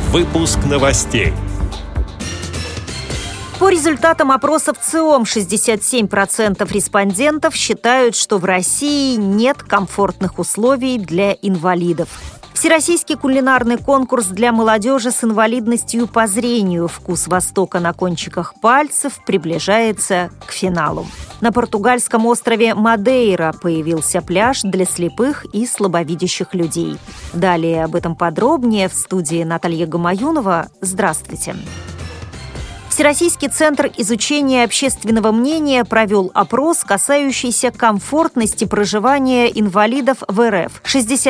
Выпуск новостей. По результатам опросов ЦИОМ 67% респондентов считают, что в России нет комфортных условий для инвалидов. Всероссийский кулинарный конкурс для молодежи с инвалидностью по зрению «Вкус Востока на кончиках пальцев» приближается к финалу. На португальском острове Мадейра появился пляж для слепых и слабовидящих людей. Далее об этом подробнее в студии Наталья Гамаюнова. Здравствуйте. Всероссийский центр изучения общественного мнения провел опрос, касающийся комфортности проживания инвалидов в РФ.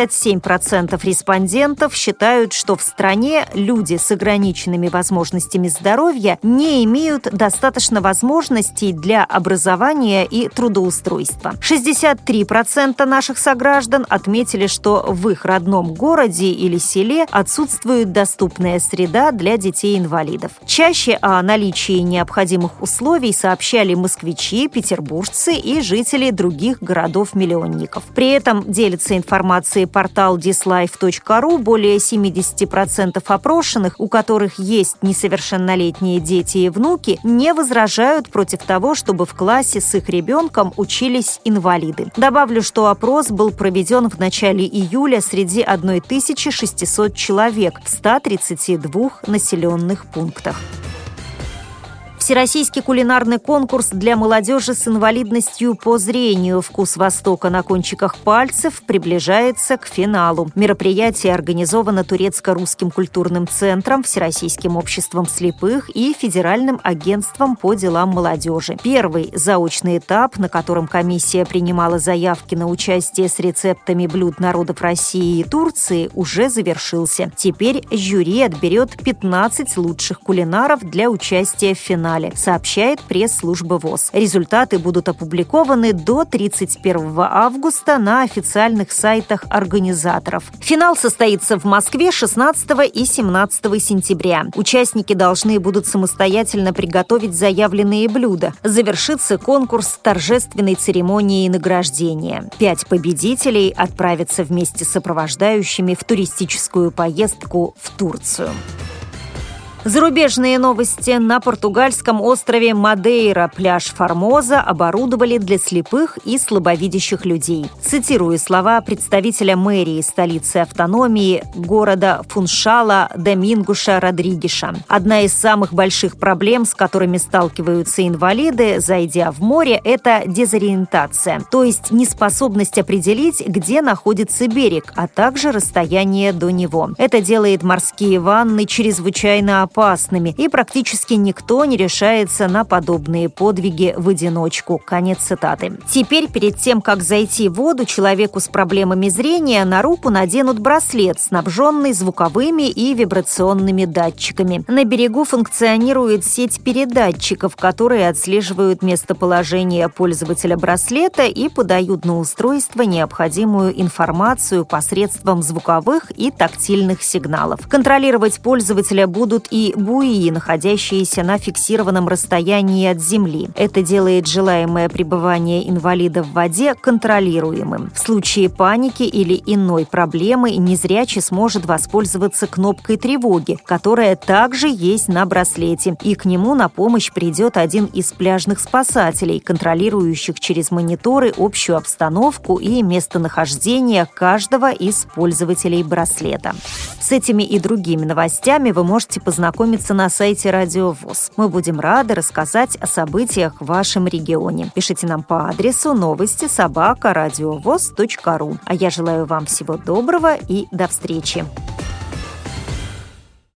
67% респондентов считают, что в стране люди с ограниченными возможностями здоровья не имеют достаточно возможностей для образования и трудоустройства. 63% наших сограждан отметили, что в их родном городе или селе отсутствует доступная среда для детей-инвалидов. Чаще о наличии необходимых условий сообщали москвичи, петербуржцы и жители других городов-миллионников. При этом делится информацией портал dislife.ru. Более 70% опрошенных, у которых есть несовершеннолетние дети и внуки, не возражают против того, чтобы в классе с их ребенком учились инвалиды. Добавлю, что опрос был проведен в начале июля среди 1600 человек в 132 населенных пунктах. Всероссийский кулинарный конкурс для молодежи с инвалидностью по зрению «Вкус Востока на кончиках пальцев» приближается к финалу. Мероприятие организовано Турецко-русским культурным центром, Всероссийским обществом слепых и Федеральным агентством по делам молодежи. Первый заочный этап, на котором комиссия принимала заявки на участие с рецептами блюд народов России и Турции, уже завершился. Теперь жюри отберет 15 лучших кулинаров для участия в финале, сообщает пресс-служба ВОС. Результаты будут опубликованы до 31 августа на официальных сайтах организаторов. Финал состоится в Москве 16 и 17 сентября. Участники должны будут самостоятельно приготовить заявленные блюда. Завершится конкурс торжественной церемонией награждения. 5 победителей отправятся вместе с сопровождающими в туристическую поездку в Турцию. Зарубежные новости. На португальском острове Мадейра пляж Формоза оборудовали для слепых и слабовидящих людей. Цитирую слова представителя мэрии столицы автономии города Фуншала Домингуша Родригеша. Одна из самых больших проблем, с которыми сталкиваются инвалиды, зайдя в море, это дезориентация, то есть неспособность определить, где находится берег, а также расстояние до него. Это делает морские ванны чрезвычайно опасными, и практически никто не решается на подобные подвиги в одиночку. Конец цитаты. Теперь, перед тем, как зайти в воду, человеку с проблемами зрения на руку наденут браслет, снабженный звуковыми и вибрационными датчиками. На берегу функционирует сеть передатчиков, которые отслеживают местоположение пользователя браслета и подают на устройство необходимую информацию посредством звуковых и тактильных сигналов. Контролировать пользователя будут и буи, находящиеся на фиксированном расстоянии от земли. Это делает желаемое пребывание инвалида в воде контролируемым. В случае паники или иной проблемы незрячий сможет воспользоваться кнопкой тревоги, которая также есть на браслете, и к нему на помощь придет один из пляжных спасателей, контролирующих через мониторы общую обстановку и местонахождение каждого из пользователей браслета. С этими и другими новостями вы можете познакомиться на сайте Радио ВОС. Мы будем рады рассказать о событиях в вашем регионе. Пишите нам по адресу новости@радиовос.ру. А я желаю вам всего доброго и до встречи.